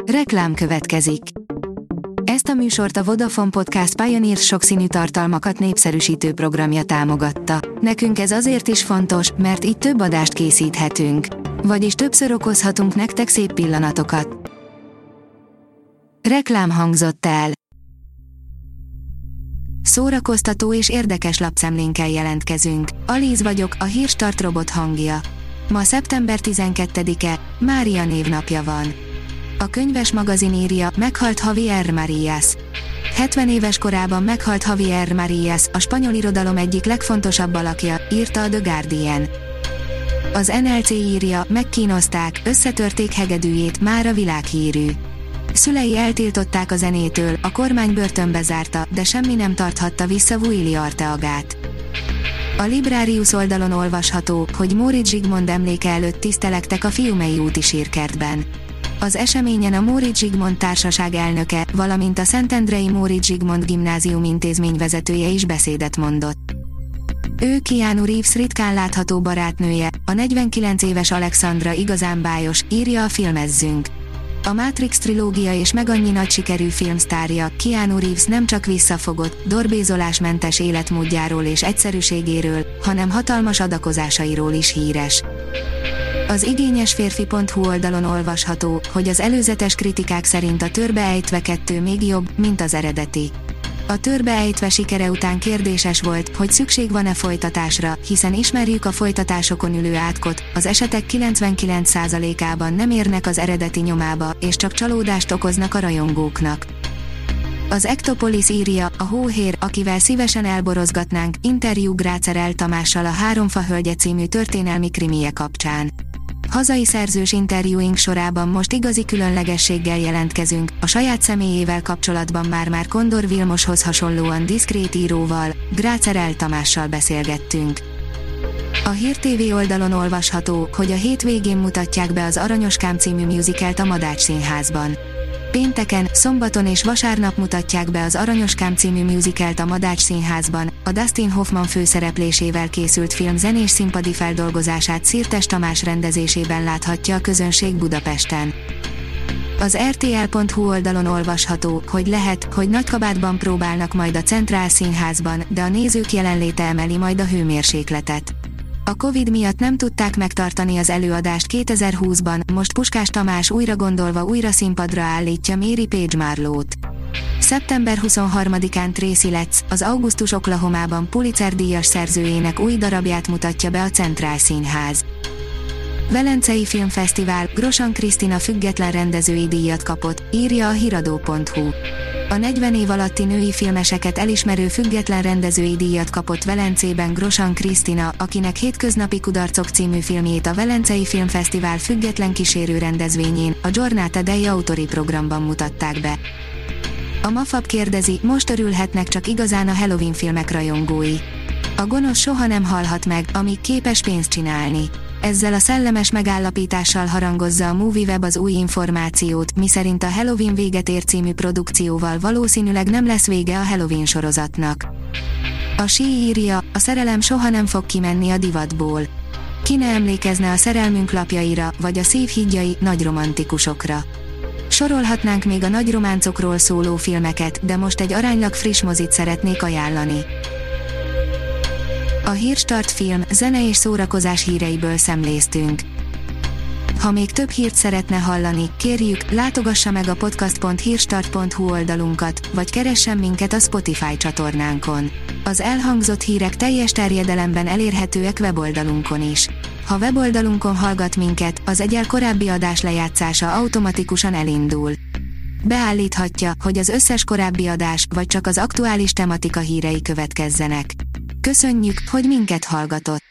Reklám következik. Ezt a műsort a Vodafone Podcast Pioneer sokszínű tartalmakat népszerűsítő programja támogatta. Nekünk ez azért is fontos, mert így több adást készíthetünk. Vagyis többször okozhatunk nektek szép pillanatokat. Reklám hangzott el. Szórakoztató és érdekes lapszemlénkkel jelentkezünk. Alíz vagyok, a Hírstart robot hangja. Ma szeptember 12-e, Mária névnapja van. A Könyves magazin írja, meghalt Javier Marías. 70 éves korában meghalt Javier Marías, a spanyol irodalom egyik legfontosabb alakja, írta a The Guardian. Az NLC írja, megkínozták, összetörték hegedűjét, mára világhírű. Szülei eltiltották a zenétől, a kormány börtönbe zárta, de semmi nem tarthatta vissza Willy Arteagát. A Librarius oldalon olvasható, hogy Móricz Zsigmond emléke előtt tisztelektek a Fiumei úti sírkertben. Az eseményen a Móricz Zsigmond társaság elnöke, valamint a Szentendrei Móricz Zsigmond gimnázium intézmény vezetője is beszédet mondott. Ő Keanu Reeves ritkán látható barátnője, a 49 éves Alexandra igazán bájos, írja a Filmezzünk. A Matrix trilógia és meg annyi nagy sikerű filmsztárja, Keanu Reeves nem csak visszafogott, dorbézolásmentes életmódjáról és egyszerűségéről, hanem hatalmas adakozásairól is híres. Az igényesférfi.hu oldalon olvasható, hogy az előzetes kritikák szerint a Törbe ejtve 2 még jobb, mint az eredeti. A Törbe ejtve sikere után kérdéses volt, hogy szükség van-e folytatásra, hiszen ismerjük a folytatásokon ülő átkot, az esetek 99%-ában nem érnek az eredeti nyomába, és csak csalódást okoznak a rajongóknak. Az Ektopolis írja, a hóhér, akivel szívesen elborozgatnánk, interjú Grácerel Tamással a Háromfa hölgye című történelmi krimije kapcsán. Hazai szerzős interjúink sorában most igazi különlegességgel jelentkezünk, a saját személyével kapcsolatban már Kondor Vilmoshoz hasonlóan diszkrét íróval, Grácerel Tamással beszélgettünk. A Hír TV oldalon olvasható, hogy a hétvégén mutatják be az Aranyoskám című musicalt a Madács Színházban. Pénteken, szombaton és vasárnap mutatják be az Aranyoskám című musicalt a Madács Színházban, a Dustin Hoffman főszereplésével készült film zenés színpadi feldolgozását Szirtes Tamás rendezésében láthatja a közönség Budapesten. Az RTL.hu oldalon olvasható, hogy lehet, hogy Nagykabátban próbálnak majd a Centrál Színházban, de a nézők jelenléte emeli majd a hőmérsékletet. A Covid miatt nem tudták megtartani az előadást 2020-ban, most Puskás Tamás újra gondolva újra színpadra állítja Mary Page Marlowe-t. Szeptember 23-án Tracy Letts, az Augusztus Oklahomában Pulitzer-díjas szerzőjének új darabját mutatja be a Centrál Színház. Velencei Filmfesztivál, Grosan Krisztina független rendezői díjat kapott, írja a hiradó.hu. A 40 év alatti női filmeseket elismerő független rendezői díjat kapott Velencében Grosan Krisztina, akinek Hétköznapi kudarcok című filmjét a Velencei Filmfesztivál független kísérő rendezvényén, a Giornata dei Autori programban mutatták be. A Mafab kérdezi, most örülhetnek csak igazán a Halloween filmek rajongói. A gonosz soha nem halhat meg, amíg képes pénzt csinálni. Ezzel a szellemes megállapítással harangozza a MovieWeb az új információt, miszerint a Halloween véget ér című produkcióval valószínűleg nem lesz vége a Halloween sorozatnak. A Sí írja, a szerelem soha nem fog kimenni a divatból. Ki ne emlékezne a szerelmünk lapjaira, vagy a szív hídjai, nagy romantikusokra. Sorolhatnánk még a nagy románcokról szóló filmeket, de most egy aránylag friss mozit szeretnék ajánlani. A Hírstart film, zene és szórakozás híreiből szemléztünk. Ha még több hírt szeretne hallani, kérjük, látogassa meg a podcast.hírstart.hu oldalunkat, vagy keressen minket a Spotify csatornánkon. Az elhangzott hírek teljes terjedelemben elérhetőek weboldalunkon is. Ha weboldalunkon hallgat minket, az egyel korábbi adás lejátszása automatikusan elindul. Beállíthatja, hogy az összes korábbi adás, vagy csak az aktuális tematika hírei következzenek. Köszönjük, hogy minket hallgatott!